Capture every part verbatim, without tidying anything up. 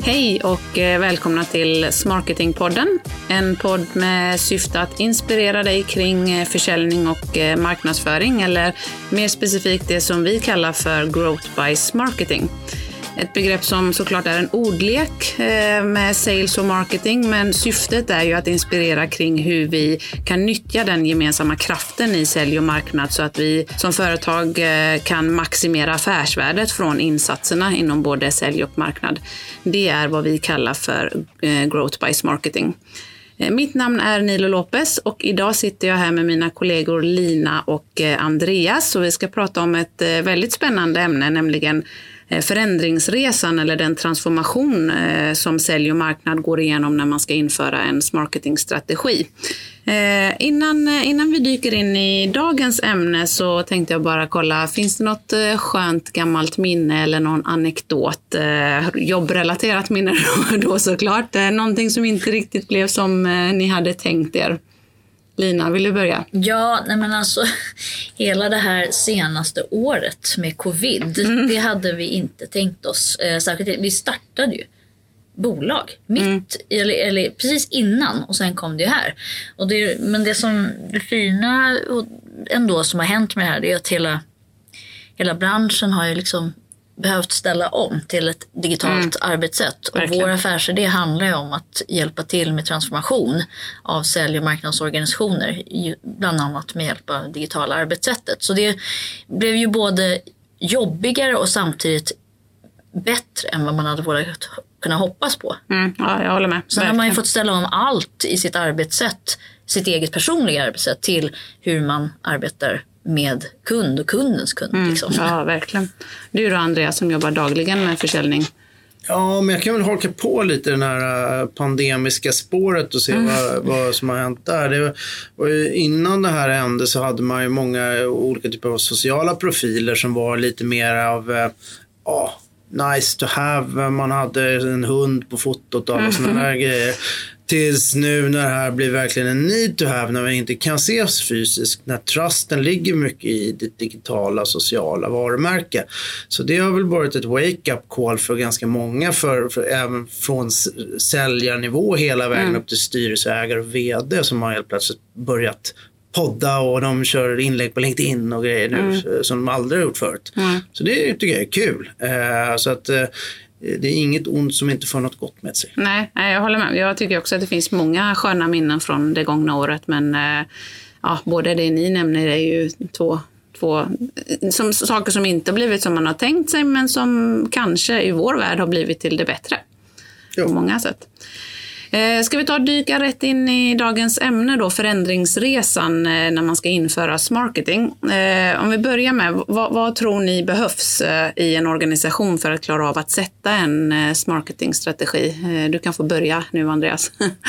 Hej och välkomna till Smarketingpodden, en podd med syfte att inspirera dig kring försäljning och marknadsföring, eller mer specifikt det som vi kallar för Growth by Smarketing. Ett begrepp som såklart är en ordlek med sales och marketing, men syftet är ju att inspirera kring hur vi kan nyttja den gemensamma kraften i sälj och marknad så att vi som företag kan maximera affärsvärdet från insatserna inom både sälj och marknad. Det är vad vi kallar för Growth by Smarketing. Mitt namn är Nilo Lopez och idag sitter jag här med mina kollegor Lina och Andreas, och vi ska prata om ett väldigt spännande ämne, nämligen förändringsresan eller den transformation som sälj och marknad går igenom när man ska införa en marketingstrategi. Innan, innan vi dyker in i dagens ämne så tänkte jag bara kolla, finns det något skönt gammalt minne eller någon anekdot, jobbrelaterat minne då, då såklart, någonting som inte riktigt blev som ni hade tänkt er? Lina, vill du börja? Ja, nej men alltså hela det här senaste året med covid, mm. det hade vi inte tänkt oss. Eh, särskilt, vi startade ju bolag mitt, mm. eller, eller precis innan, och sen kom det ju här. Och det, men det som det fina ändå som har hänt med det här, det är att hela, hela branschen har ju liksom behövt ställa om till ett digitalt mm. arbetssätt. Och Verkligen. Vår affärsidé handlar ju om att hjälpa till med transformation av sälj- och marknadsorganisationer, bland annat med hjälp av digitala arbetssättet. Så det blev ju både jobbigare och samtidigt bättre än vad man hade vågat kunna hoppas på. Mm. Ja, jag håller med. Sen har man ju fått ställa om allt i sitt arbetssätt, sitt eget personliga arbetssätt, till hur man arbetar med kund och kundens kund. Mm, liksom. Ja, verkligen. Du då, Andreas, som jobbar dagligen med försäljning. Ja, men jag kan väl holka på lite den här pandemiska spåret och se mm. vad, vad som har hänt där. Det var, var ju, innan det här hände så hade man ju många olika typer av sociala profiler som var lite mer av ja, nice to have. Man hade en hund på fotot och alla mm. sådana där grejer. Tills nu när det här blir verkligen en need to have, när vi inte kan ses fysiskt, när trusten ligger mycket i det digitala sociala varumärke. Så det har väl varit ett wake-up call för ganska många, för, för även från säljarnivå hela vägen mm. upp till styrelseägare och vd som har helt plötsligt börjat podda, och de kör inlägg på LinkedIn och grejer nu mm. som de aldrig har gjort förut. Mm. Så det tycker jag är kul. Uh, så att uh, det är inget ont som inte får något gott med sig. Nej, jag håller med. Jag tycker också att det finns många sköna minnen från det gångna året. Men ja, både det ni nämner är ju två, två som, saker som inte har blivit som man har tänkt sig, men som kanske i vår värld har blivit till det bättre. Jo. På många sätt. Ska vi ta och dyka rätt in i dagens ämne då, förändringsresan när man ska införa smarketing. Om vi börjar med, vad, vad tror ni behövs i en organisation för att klara av att sätta en smarketingstrategi? Du kan få börja nu, Andreas.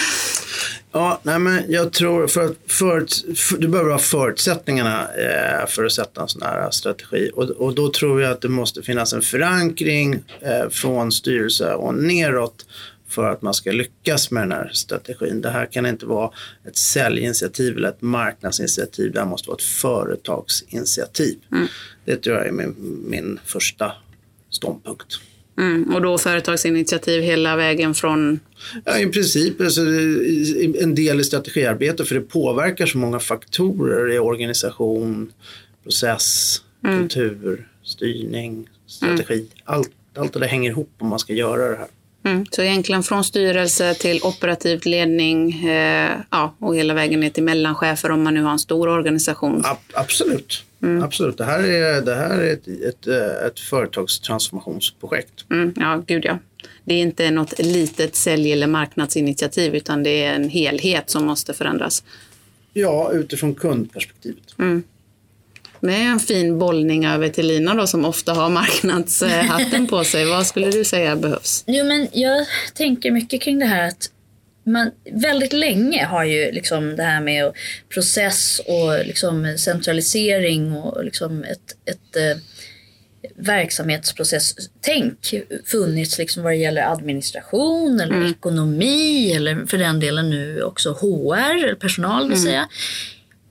Ja, nej men jag tror för att för, för, du behöver ha förutsättningarna eh, för att sätta en sån här strategi. Och, och då tror jag att det måste finnas en förankring eh, från styrelse och neråt för att man ska lyckas med den här strategin. Det här kan inte vara ett säljinitiativ eller ett marknadsinitiativ. Det här måste vara ett företagsinitiativ. Mm. Det tror jag är min, min första ståndpunkt. Mm, och då företagsinitiativ hela vägen från... Ja, i princip alltså, en del i strategiarbete, för det påverkar så många faktorer i organisation, process, mm. kultur, styrning, strategi. Mm. Allt, allt det där hänger ihop om man ska göra det här. Mm, så egentligen från styrelse till operativ ledning eh, ja, och hela vägen ner till mellanchefer om man nu har en stor organisation. A- absolut. Mm. Absolut. Det här är, det här är ett, ett, ett företagstransformationsprojekt. Mm, ja, gud ja. Det är inte något litet sälj- eller marknadsinitiativ, utan det är en helhet som måste förändras. Ja, utifrån kundperspektivet. Mm. Det är en fin bollning över till Lina då, som ofta har marknadshatten på sig. Vad skulle du säga behövs? Jo, men jag tänker mycket kring det här att man väldigt länge har ju liksom det här med process och liksom centralisering och liksom ett, ett eh, verksamhetsprocess-tänk funnits liksom vad det gäller administration eller mm. ekonomi eller för den delen nu också H R eller personal vill mm. säga.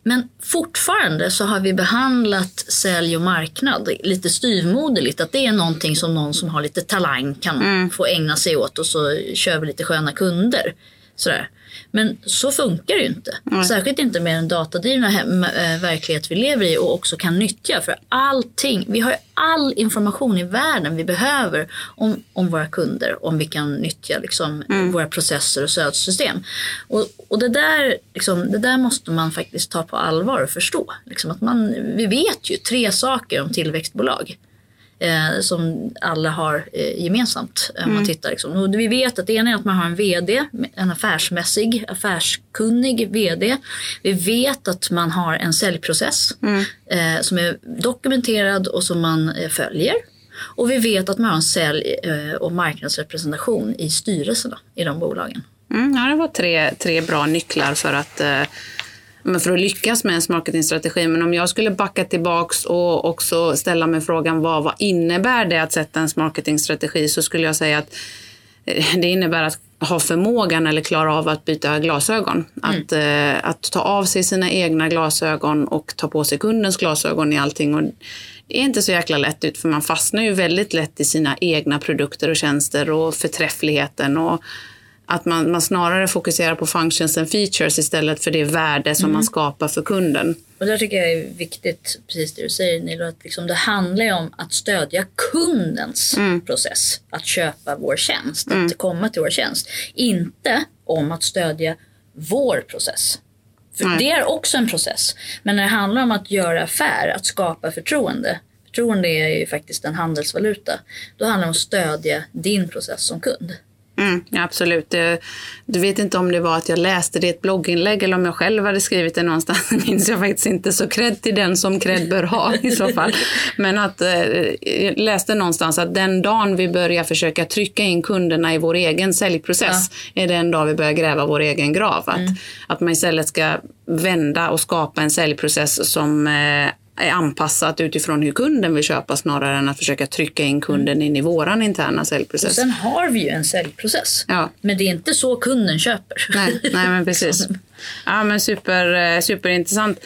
Men fortfarande så har vi behandlat sälj och marknad lite styvmoderligt. Att det är någonting som någon som har lite talang kan mm. få ägna sig åt, och så kör vi lite sköna kunder. Sådär. Men så funkar det ju inte. Mm. Särskilt inte med den datadrivna hem, äh, verklighet vi lever i och också kan nyttja. För allting, vi har ju all information i världen vi behöver om, om våra kunder. Om vi kan nyttja liksom, mm. våra processer och stödsystem. Och, och det, där, liksom, det där måste man faktiskt ta på allvar och förstå. Liksom att man, vi vet ju tre saker om tillväxtbolag. Eh, som alla har eh, gemensamt. Eh, mm. man tittar liksom. Och vi vet att det ena är att man har en vd, en affärsmässig, affärskunnig vd. Vi vet att man har en säljprocess mm. eh, som är dokumenterad och som man eh, följer. Och vi vet att man har en sälj- eh, och marknadsrepresentation i styrelserna i de bolagen. Mm, ja, det var tre, tre bra nycklar för att eh... Men för att lyckas med en marketingstrategi. Men om jag skulle backa tillbaks och också ställa mig frågan vad, vad innebär det att sätta en marketingstrategi, så skulle jag säga att det innebär att ha förmågan eller klara av att byta glasögon. Mm. Att, eh, att ta av sig sina egna glasögon och ta på sig kundens glasögon i allting. Och det är inte så jäkla lätt ut, för man fastnar ju väldigt lätt i sina egna produkter och tjänster och förträffligheten, och att man, man snarare fokuserar på functions and features istället för det värde som mm. man skapar för kunden. Och det tycker jag är viktigt, precis det du säger Nilo, att liksom det handlar om att stödja kundens mm. process. Att köpa vår tjänst, mm. att komma till vår tjänst. Inte om att stödja vår process. För Nej. det är också en process. Men när det handlar om att göra affär, att skapa förtroende. Förtroende är ju faktiskt en handelsvaluta. Då handlar det om att stödja din process som kund. Mm, absolut. Du vet inte om det var att jag läste det i ett blogginlägg eller om jag själv hade skrivit det någonstans. Det minns jag faktiskt inte, så cred till den som cred bör ha i så fall. Men att jag läste någonstans att den dagen vi börjar försöka trycka in kunderna i vår egen säljprocess ja. är den dag vi börjar gräva vår egen grav. Att, mm. att man istället ska vända och skapa en säljprocess som är anpassat utifrån hur kunden vill köpa, snarare än att försöka trycka in kunden in i våran interna säljprocess. Och sen har vi ju en säljprocess. Ja. Men det är inte så kunden köper. Nej, nej men precis. Ja, men super, superintressant.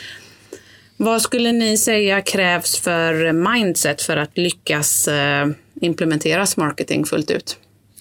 Vad skulle ni säga krävs för mindset för att lyckas implementera marketing fullt ut?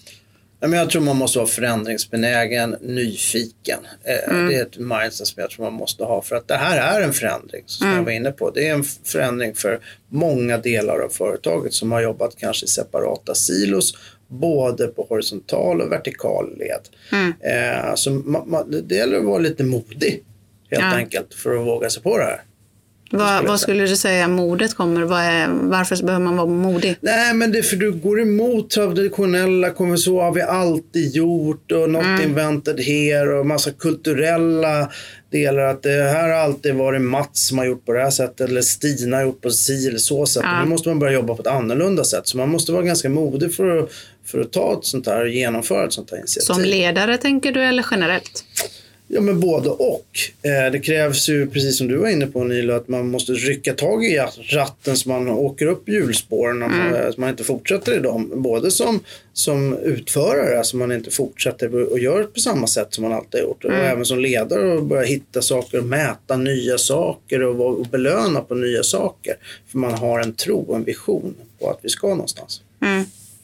Jag tror man måste vara förändringsbenägen, nyfiken. Mm. Det är ett mindset som jag tror man måste ha. För att det här är en förändring, som mm. jag var inne på. Det är en förändring för många delar av företaget som har jobbat kanske i separata silos. Både på horisontal och vertikal led. Mm. Eh, så man, man, det gäller att vara lite modig, helt ja. enkelt, för att våga sig på det här. Vad, vad skulle du säga modet kommer? Vad är, varför behöver man vara modig? Nej, men det är för du går emot traditionella, kommer så har vi alltid gjort och not mm. invented here och massa kulturella delar, att det här har alltid varit Mats som har gjort på det här sättet eller Stina har gjort på si eller så sätt. Ja. Nu måste man börja jobba på ett annorlunda sätt, så man måste vara ganska modig för att, för att ta ett sånt här och genomföra ett sånt här initiativ. Som ledare tänker du, eller generellt? Ja, men både och. Eh, det krävs ju, precis som du var inne på Nilo, att man måste rycka tag i ratten så man åker upp hjulspåren, mm. så man inte fortsätter i dem. Både som, som utförare, så man inte fortsätter och gör på samma sätt som man alltid har gjort. Mm. Och även som ledare och börja hitta saker och mäta nya saker och, och belöna på nya saker. För man har en tro, en vision på att vi ska någonstans. Mm.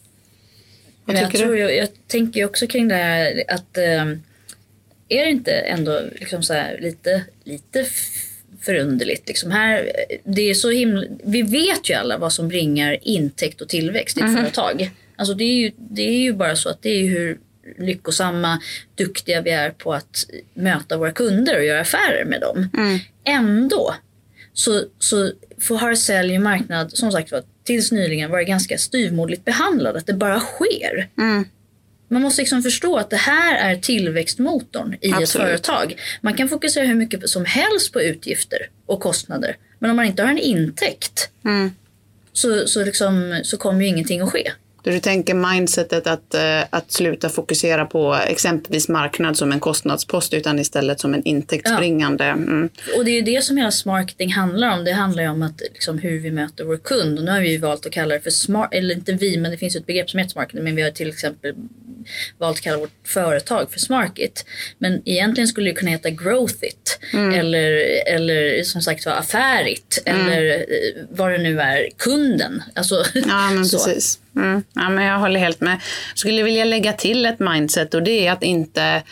Men jag, tror, jag, jag tänker också kring det här att... Eh, är det inte ändå liksom så här lite, lite förunderligt? Liksom här, det är så himla, vi vet ju alla vad som bringar intäkt och tillväxt i ett mm-hmm. företag. Alltså det är, ju, det är ju bara så att det är hur lyckosamma, duktiga vi är på att möta våra kunder och göra affärer med dem. Mm. Ändå så, så får har sälj och marknad, som sagt var, tills nyligen varit ganska styvmoderligt behandlad. Att det bara sker. Mm. Man måste liksom förstå att det här är tillväxtmotorn i Absolut. Ett företag. Man kan fokusera hur mycket som helst på utgifter och kostnader. Men om man inte har en intäkt mm. så, så, liksom, så kommer ju ingenting att ske. Du tänker mindsetet att, att sluta fokusera på exempelvis marknad som en kostnadspost utan istället som en intäktsbringande. Mm. Och det är ju det som hela marketing handlar om. Det handlar ju om att, liksom, hur vi möter vår kund. Och nu har vi ju valt att kalla det för smart, eller inte vi, men det finns ett begrepp som heter marketing. Men vi har till exempel valt att kalla vårt företag för SmartIt. Men egentligen skulle det kunna heta GrowthIt mm. eller, eller som sagt var AffärIt mm. eller vad det nu är, kunden. Alltså, ja, men så. precis. Mm. Ja, men jag håller helt med. Jag skulle vilja lägga till ett mindset, och det är att inte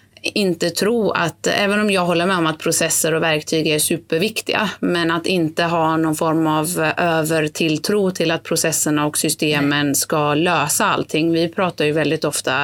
inte tro att, även om jag håller med om att processer och verktyg är superviktiga, men att inte ha någon form av övertilltro till att processerna och systemen Nej. ska lösa allting. Vi pratar ju väldigt ofta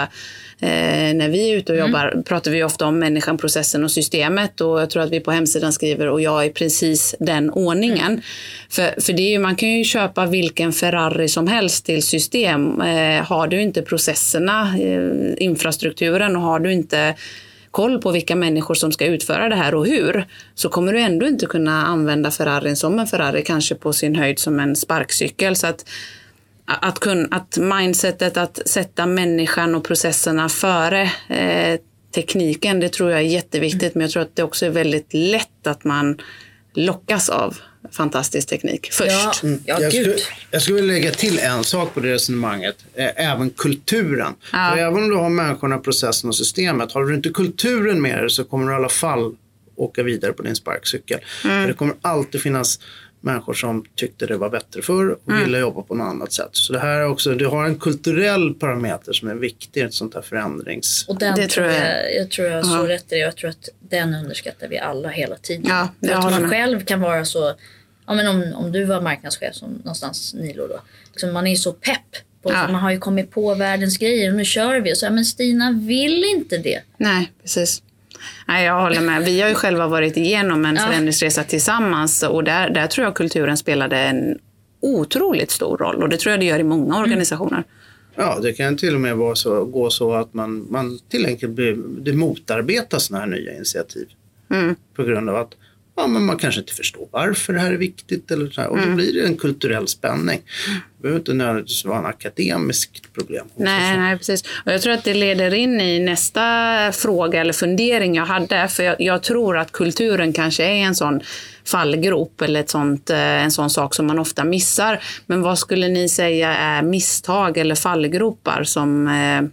eh, när vi är ute och mm. jobbar, pratar vi ofta om människan, processen och systemet, och jag tror att vi på hemsidan skriver och jag är precis den ordningen. Mm. För, för det är ju, man kan ju köpa vilken Ferrari som helst till system. Eh, har du inte processerna, eh, infrastrukturen, och har du inte koll på vilka människor som ska utföra det här och hur, så kommer du ändå inte kunna använda Ferrarin som en Ferrari, kanske på sin höjd som en sparkcykel. Så att, att, kun, att mindsetet att sätta människan och processerna före eh, tekniken, det tror jag är jätteviktigt, men jag tror att det också är väldigt lätt att man lockas av fantastisk teknik först. Ja, mm. ja, jag, gud. skulle, jag skulle lägga till en sak på det resonemanget. Eh, även kulturen. Ja. För även om du har människorna, processen och systemet, har du inte kulturen med dig så kommer du i alla fall åka vidare på din sparkcykel. Mm. För det kommer alltid finnas människor som tyckte det var bättre förr och mm. ville jobba på något annat sätt. Så det här är också, du har en kulturell parameter som är viktig i ett sånt här förändrings... Och den det tror jag, jag, jag tror jag så rätt i det. Jag tror att den underskattar vi alla hela tiden. Ja, jag tror man själv kan vara så, ja, men om, om du var marknadschef som någonstans Nilo då. Liksom man är så pepp på, ja. Man har ju kommit på världens grejer och nu kör vi. Och så, men Stina vill inte det. Nej, precis. Nej, jag håller med. Vi har ju själva varit igenom en ja. förändringsresa tillsammans, och där, där tror jag kulturen spelade en otroligt stor roll, och det tror jag det gör i många organisationer. Mm. Ja, det kan till och med vara så, gå så att man, man till enkelt det motarbetar såna här nya initiativ mm. på grund av att ja, men man kanske inte förstår varför det här är viktigt eller så här, och då mm. blir det en kulturell spänning. Det behöver inte nödvändigtvis vara en akademisk problem. Nej, nej, precis. Och jag tror att det leder in i nästa fråga eller fundering jag hade, för jag, jag tror att kulturen kanske är en sån fallgrop eller ett sånt, en sån sak som man ofta missar. Men vad skulle ni säga är misstag eller fallgropar som,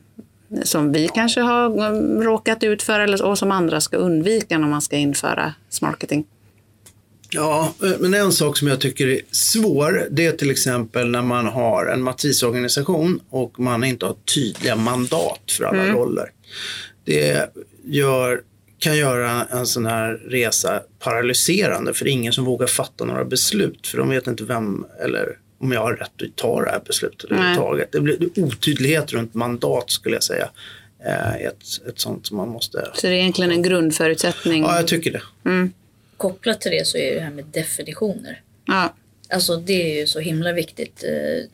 som vi kanske har råkat ut för, eller, och som andra ska undvika när man ska införa smartmarketing? Ja, men en sak som jag tycker är svår, det är till exempel när man har en matrisorganisation och man inte har tydliga mandat för alla mm. roller. Det gör, kan göra en sån här resa paralyserande, för det är ingen som vågar fatta några beslut, för de vet inte vem eller om jag har rätt att ta det här beslutet överhuvudtaget. Det blir otydlighet runt mandat, skulle jag säga. Ett, ett sånt som man måste... Så det är egentligen en grundförutsättning? Ja, jag tycker det. Mm. Kopplat till det så är det här med definitioner. Ja. Alltså det är ju så himla viktigt.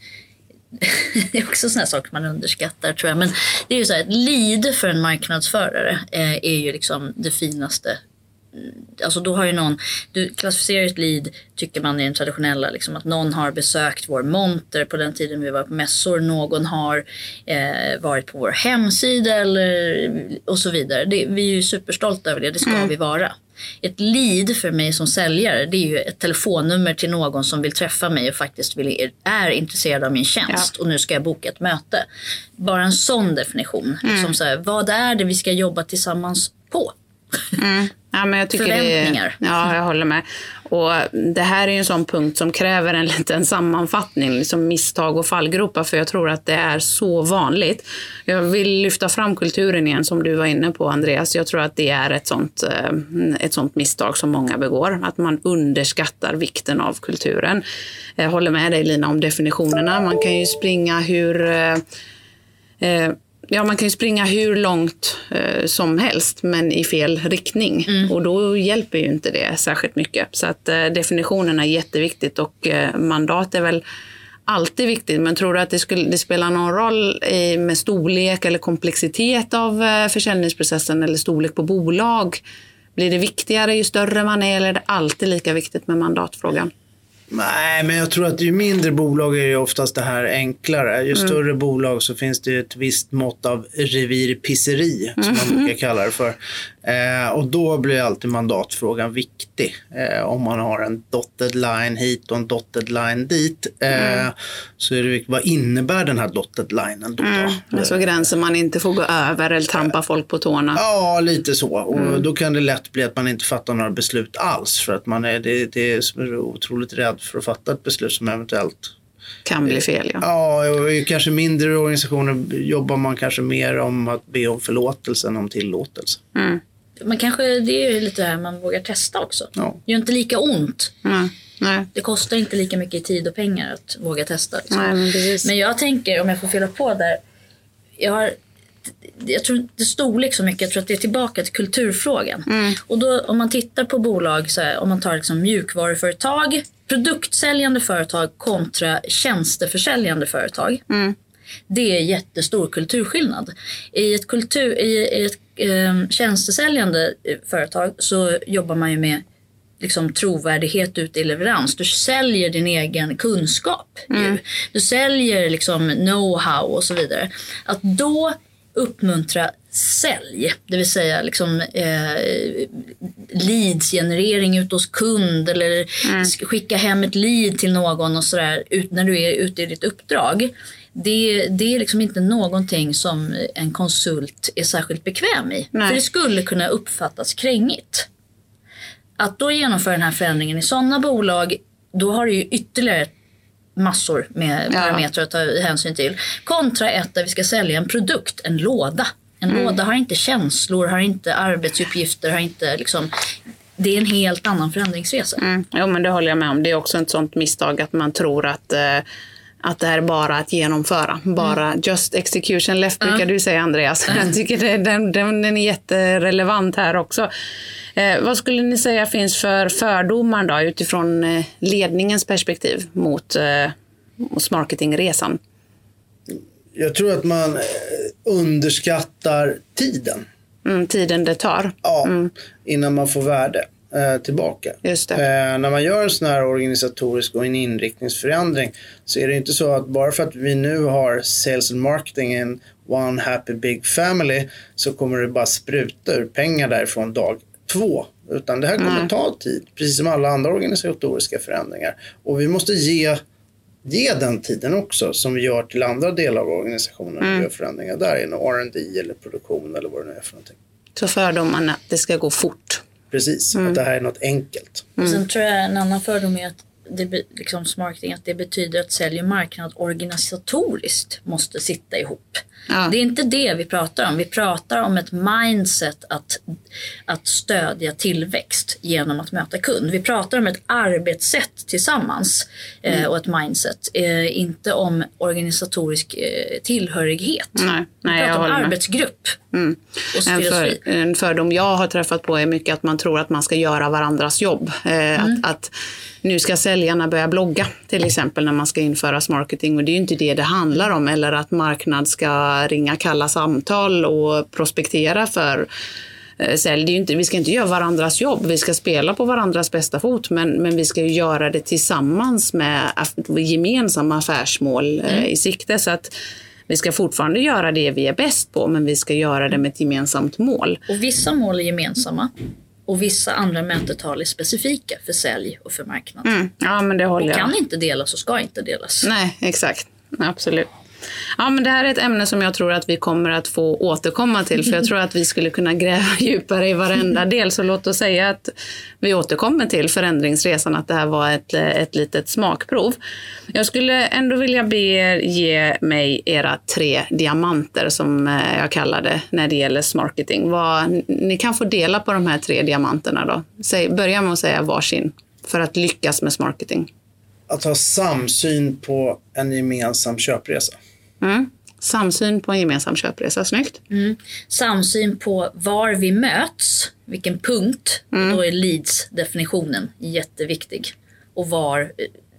Det är också såna här saker man underskattar, tror jag. Men det är ju så här, ett lead för en marknadsförare är ju liksom det finaste. Alltså då har ju någon, du klassificerar ett lead, tycker man i den traditionella, liksom att någon har besökt vår monter på den tiden vi var på mässor, någon har eh, varit på vår hemsida eller, och så vidare. Det, vi är ju superstolta över det, det ska mm. vi vara. Ett lead för mig som säljare, det är ju ett telefonnummer till någon som vill träffa mig och faktiskt vill, är intresserad av min tjänst ja. och nu ska jag boka ett möte. Bara en sån definition. Mm. Liksom så här, vad är det vi ska jobba tillsammans på? Mm. Ja, men jag tycker Förväntningar. Det, ja, jag håller med. Och det här är ju en sån punkt som kräver en liten sammanfattning, liksom misstag och fallgropar, för jag tror att det är så vanligt. Jag vill lyfta fram kulturen igen som du var inne på, Andreas. Jag tror att det är ett sånt, ett sånt misstag som många begår, att man underskattar vikten av kulturen. Jag håller med dig, Lina, om definitionerna. Man kan ju springa hur... Eh, Ja, man kan ju springa hur långt eh, som helst, men i fel riktning. Mm. Och då hjälper ju inte det särskilt mycket. Så att eh, definitionen är jätteviktigt, och eh, mandat är väl alltid viktigt. Men tror du att det, skulle, det spelar någon roll i, med storlek eller komplexitet av eh, försäljningsprocessen eller storlek på bolag? Blir det viktigare ju större man är, eller är det alltid lika viktigt med mandatfrågan? Nej, men jag tror att ju mindre bolag är ju oftast det här enklare. Ju mm. större bolag så finns det ett visst mått av revirpisseri, som mm. man brukar kalla det för. Eh, och då blir alltid mandatfrågan viktig. Eh, om man har en dotted line hit och en dotted line dit. Eh, mm. Så är det viktigt, vad innebär den här dotted linen då? Mm. Alltså gränser man inte får gå över eller trampa folk på tårna. Ja, lite så. Och mm. då kan det lätt bli att man inte fattar några beslut alls. För att man är, det, det är otroligt rädd för att fatta ett beslut som eventuellt kan bli fel, ja. Ja, och i kanske mindre organisationer jobbar man kanske mer om att be om förlåtelse än om tillåtelse. Mm. Men kanske det är ju lite det här man vågar testa också. Ja. Det gör inte lika ont. Mm. Nej. Det kostar inte lika mycket tid och pengar att våga testa. Liksom. Nej, men, precis. Men jag tänker, om jag får fylla på där. Jag har... Jag tror det storlek så mycket, jag tror att det är tillbaka till kulturfrågan. Mm. Och då om man tittar på bolag, så här, om man tar liksom mjukvaruföretag, produktsäljande företag kontra tjänsteförsäljande företag. Mm. Det är jättestor kulturskillnad. I ett, kultur, i, i ett eh, tjänstesäljande företag så jobbar man ju med liksom trovärdighet ute i leverans. Du säljer din egen kunskap. Mm. Du säljer liksom know-how och så vidare. Att då uppmuntra sälj, det vill säga liksom, eh, leads-generering ut hos kund eller mm. skicka hem ett lead till någon och sådär ut, när du är ute i ditt uppdrag. Det, det är liksom inte någonting som en konsult är särskilt bekväm i. Nej. För det skulle kunna uppfattas krängigt. Att då genomföra den här förändringen i sådana bolag, då har du ju ytterligare massor med parametrar att ta hänsyn till. Kontra ett där vi ska sälja en produkt, en låda. En mm. låda har inte känslor, har inte arbetsuppgifter, har inte liksom... Det är en helt annan förändringsresa. Mm. Jo, men det håller jag med om. Det är också ett sånt misstag att man tror att... Eh, att det här är bara att genomföra. Bara mm. just execution left brukar mm. du säga, Andreas. Mm. Jag tycker det, den, den, den är jätterelevant här också. Eh, vad skulle ni säga finns för fördomar då, utifrån eh, ledningens perspektiv mot, eh, mot marketingresan? Jag tror att man underskattar tiden. Mm, tiden det tar. Ja, mm. innan man får värde eh, tillbaka. Just det. Eh, när man gör en sån här organisatorisk och en inriktningsförändring så är det inte så att bara för att vi nu har sales and marketing en one happy big family så kommer det bara spruta ur pengar därifrån dag två. Utan det här kommer mm. ta tid, precis som alla andra organisatoriska förändringar. Och vi måste ge, ge den tiden också som vi gör till andra delar av organisationen mm. och gör förändringar där inom R and D eller produktion eller vad det nu är för någonting. Så fördomarna att det ska gå fort. Precis, mm. att det här är något enkelt. Mm. Sen tror jag en annan fördom är att det, liksom marketing, att det betyder att sälj och marknad organisatoriskt måste sitta ihop. Ja. Det är inte det vi pratar om. Vi pratar om ett mindset att, att stödja tillväxt genom att möta kund. Vi pratar om ett arbetssätt tillsammans mm. eh, och ett mindset. Eh, inte om organisatorisk eh, tillhörighet. Nej, vi nej, pratar jag om arbetsgrupp. Mm. Och en, för, en fördom jag har träffat på är mycket att man tror att man ska göra varandras jobb. Eh, mm. att, att nu ska säljarna börja blogga till exempel när man ska införa marketing, och det är ju inte det det handlar om, eller att marknad ska ringa kalla samtal och prospektera för eh, sälj. Det är ju inte, vi ska inte göra varandras jobb, vi ska spela på varandras bästa fot, men, men vi ska ju göra det tillsammans med aff- gemensamma affärsmål eh, mm. i sikte, så att vi ska fortfarande göra det vi är bäst på, men vi ska göra det med ett gemensamt mål. Och vissa mål är gemensamma. Och vissa andra mätetal är specifika för sälj och för marknad. Mm. Ja, men det håller och kan jag. inte delas och ska inte delas. Nej, exakt. Absolut. Ja, men det här är ett ämne som jag tror att vi kommer att få återkomma till. För jag tror att vi skulle kunna gräva djupare i varenda del. Så låt oss säga att vi återkommer till förändringsresan. Att det här var ett, ett litet smakprov. Jag skulle ändå vilja be er ge mig era tre diamanter som jag kallar det när det gäller marketing. Vad, ni kan få dela på de här tre diamanterna då. Säg, börja med att säga varsin för att lyckas med marketing. Att ha samsyn på en gemensam köpresa. Mm. Samsyn på en gemensam köpresa, snyggt. Mm. Samsyn på var vi möts, vilken punkt. Mm. Då är leads-definitionen jätteviktig. Och var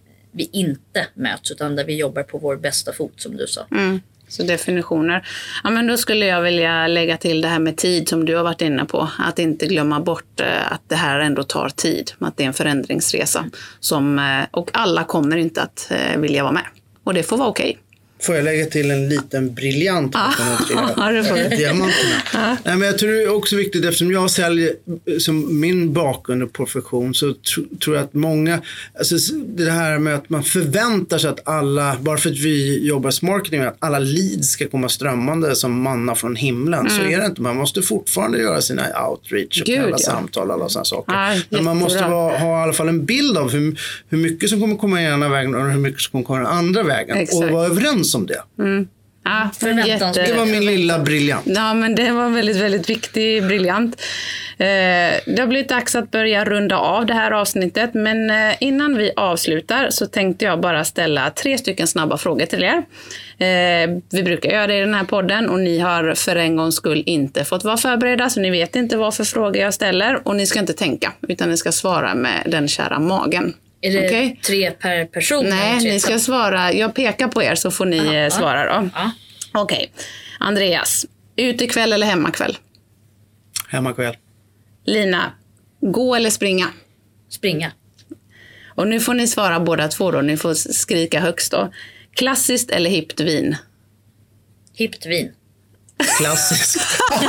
vi inte möts, utan där vi jobbar på vår bästa fot, som du sa. Mm. Så definitioner. Ja, men då skulle jag vilja lägga till det här med tid som du har varit inne på. Att inte glömma bort att det här ändå tar tid. Att det är en förändringsresa. Som, och alla kommer inte att vilja vara med. Och det får vara okej. Får jag lägga till en liten briljant på Ja, det får du. diamanterna? Ja. Nej, men jag tror det är också viktigt, eftersom jag säljer som min bakgrund och profession, så tro, tror jag att många, alltså det här med att man förväntar sig att alla, bara för att vi jobbar marketing, att alla leads ska komma strömmande som manna från himlen, mm. så är det inte. Man måste fortfarande göra sina outreach och Gud, alla ja. samtal och alla sådana saker. Ja, men man måste vara, ha i alla fall en bild av hur, hur mycket som kommer komma i ena vägen och hur mycket som kommer komma i den andra vägen. Exakt. Och vara överens om det. Mm. Ja, jätte... Det var min lilla briljant. Ja, men det var väldigt, väldigt viktig briljant. Eh, det har blivit dags att börja runda av det här avsnittet. Men eh, innan vi avslutar så tänkte jag bara ställa tre stycken snabba frågor till er. Eh, vi brukar göra det i den här podden och ni har för en gångs skull inte fått vara förberedda. Så ni vet inte vad för frågor jag ställer och ni ska inte tänka utan ni ska svara med den kära magen. Är det okay? tre per person? Nej, ni ska svara. Jag pekar på er så får ni Aha, svara då. Ja. Okej. Okay. Andreas, utekväll eller hemmakväll? Hemmakväll. Lina, gå eller springa? Springa. Och nu får ni svara båda två då. Ni får skrika högst då. Klassiskt eller hippt vin? Hippt vin. Klassiskt.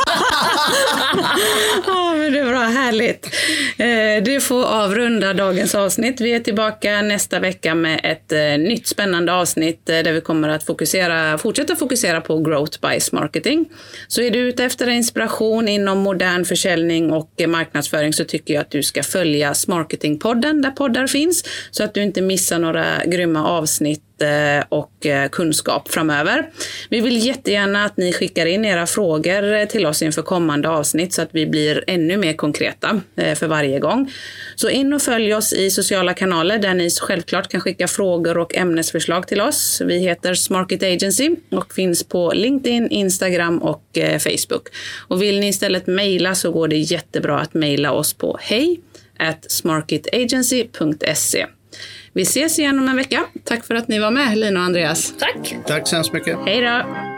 Ja, men det är bra, härligt. Eh, du får avrunda dagens avsnitt. Vi är tillbaka nästa vecka med ett eh, nytt spännande avsnitt eh, där vi kommer att fokusera, fortsätta fokusera på growth by marketing. Så är du ute efter inspiration inom modern försäljning och eh, marknadsföring så tycker jag att du ska följa Smarketingpodden där poddar finns så att du inte missar några grymma avsnitt och kunskap framöver. Vi vill jättegärna att ni skickar in era frågor till oss inför kommande avsnitt så att vi blir ännu mer konkreta för varje gång. Så in och följ oss i sociala kanaler där ni självklart kan skicka frågor och ämnesförslag till oss. Vi heter Smarket Agency och finns på LinkedIn, Instagram och Facebook. Och vill ni istället mejla så går det jättebra att mejla oss på hej at smarketagency punkt se. Vi ses igen om en vecka. Tack för att ni var med, Lina och Andreas. Tack. Tack så hemskt mycket. Hej då.